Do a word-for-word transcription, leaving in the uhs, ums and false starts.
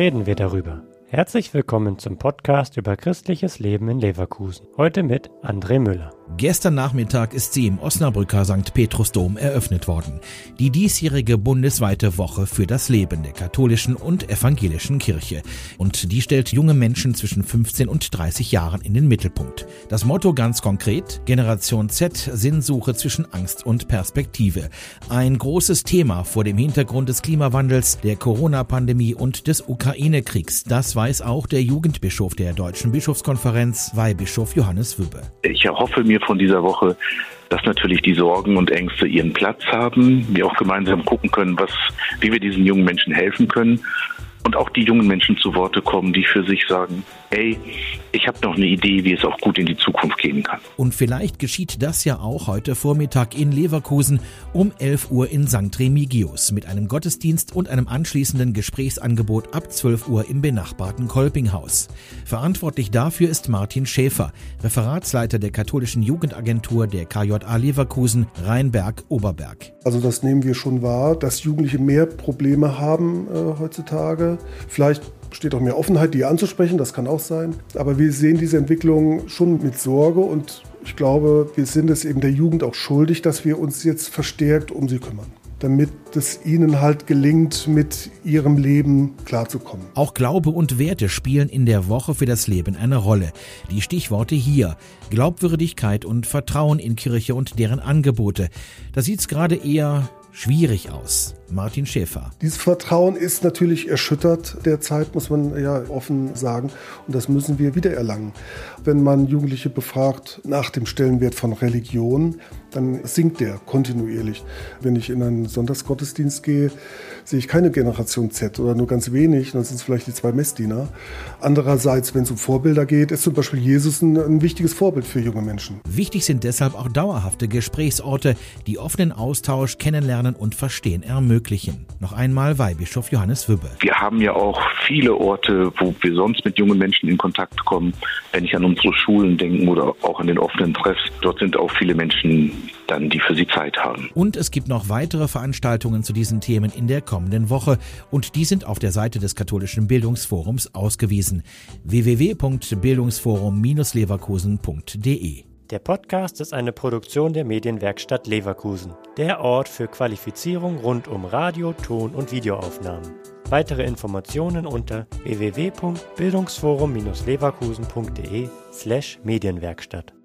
reden wir darüber. Herzlich willkommen zum Podcast über christliches Leben in Leverkusen. Heute mit André Müller. Gestern Nachmittag ist sie im Osnabrücker Sankt Petrusdom eröffnet worden. Die diesjährige bundesweite Woche für das Leben der katholischen und evangelischen Kirche. Und die stellt junge Menschen zwischen fünfzehn und dreißig Jahren in den Mittelpunkt. Das Motto ganz konkret: Generation Z, Sinnsuche zwischen Angst und Perspektive. Ein großes Thema vor dem Hintergrund des Klimawandels, der Corona-Pandemie und des Ukraine-Kriegs. Das weiß auch der Jugendbischof der Deutschen Bischofskonferenz, Weihbischof Johannes Wübbe. Ich erhoffe mir von dieser Woche, dass natürlich die Sorgen und Ängste ihren Platz haben, wir auch gemeinsam gucken können, was, wie wir diesen jungen Menschen helfen können und auch die jungen Menschen zu Worte kommen, die für sich sagen, ey, ich habe noch eine Idee, wie es auch gut in die Zukunft gehen kann. Und vielleicht geschieht das ja auch heute Vormittag in Leverkusen um elf Uhr in Sankt Remigius mit einem Gottesdienst und einem anschließenden Gesprächsangebot ab zwölf Uhr im benachbarten Kolpinghaus. Verantwortlich dafür ist Martin Schäfer, Referatsleiter der katholischen Jugendagentur der K J A Leverkusen, Rheinberg-Oberberg. Also das nehmen wir schon wahr, dass Jugendliche mehr Probleme haben äh, heutzutage. Vielleicht besteht auch mehr Offenheit, die anzusprechen, das kann auch sein. Aber wir sehen diese Entwicklung schon mit Sorge und ich glaube, wir sind es eben der Jugend auch schuldig, dass wir uns jetzt verstärkt um sie kümmern, damit es ihnen halt gelingt, mit ihrem Leben klarzukommen. Auch Glaube und Werte spielen in der Woche für das Leben eine Rolle. Die Stichworte hier: Glaubwürdigkeit und Vertrauen in Kirche und deren Angebote. Da sieht's gerade eher schwierig aus. Martin Schäfer. Dieses Vertrauen ist natürlich erschüttert derzeit, muss man ja offen sagen. Und das müssen wir wiedererlangen. Wenn man Jugendliche befragt nach dem Stellenwert von Religion, dann sinkt der kontinuierlich. Wenn ich in einen Sonntagsgottesdienst gehe, sehe ich keine Generation Z oder nur ganz wenig. Dann sind es vielleicht die zwei Messdiener. Andererseits, wenn es um Vorbilder geht, ist zum Beispiel Jesus ein, ein wichtiges Vorbild für junge Menschen. Wichtig sind deshalb auch dauerhafte Gesprächsorte, die offenen Austausch, Kennenlernen und Verstehen ermöglichen. Noch einmal Weihbischof Johannes Wübbe. Wir haben ja auch viele Orte, wo wir sonst mit jungen Menschen in Kontakt kommen. Wenn ich an unsere Schulen denke oder auch an den offenen Treffs, dort sind auch viele Menschen dann, die für sie Zeit haben. Und es gibt noch weitere Veranstaltungen zu diesen Themen in der kommenden Woche und die sind auf der Seite des Katholischen Bildungsforums ausgewiesen. w w w punkt bildungsforum Bindestrich leverkusen punkt d e. Der Podcast ist eine Produktion der Medienwerkstatt Leverkusen, der Ort für Qualifizierung rund um Radio-, Ton- und Videoaufnahmen. Weitere Informationen unter w w w punkt bildungsforum Bindestrich leverkusen punkt d e slash Medienwerkstatt.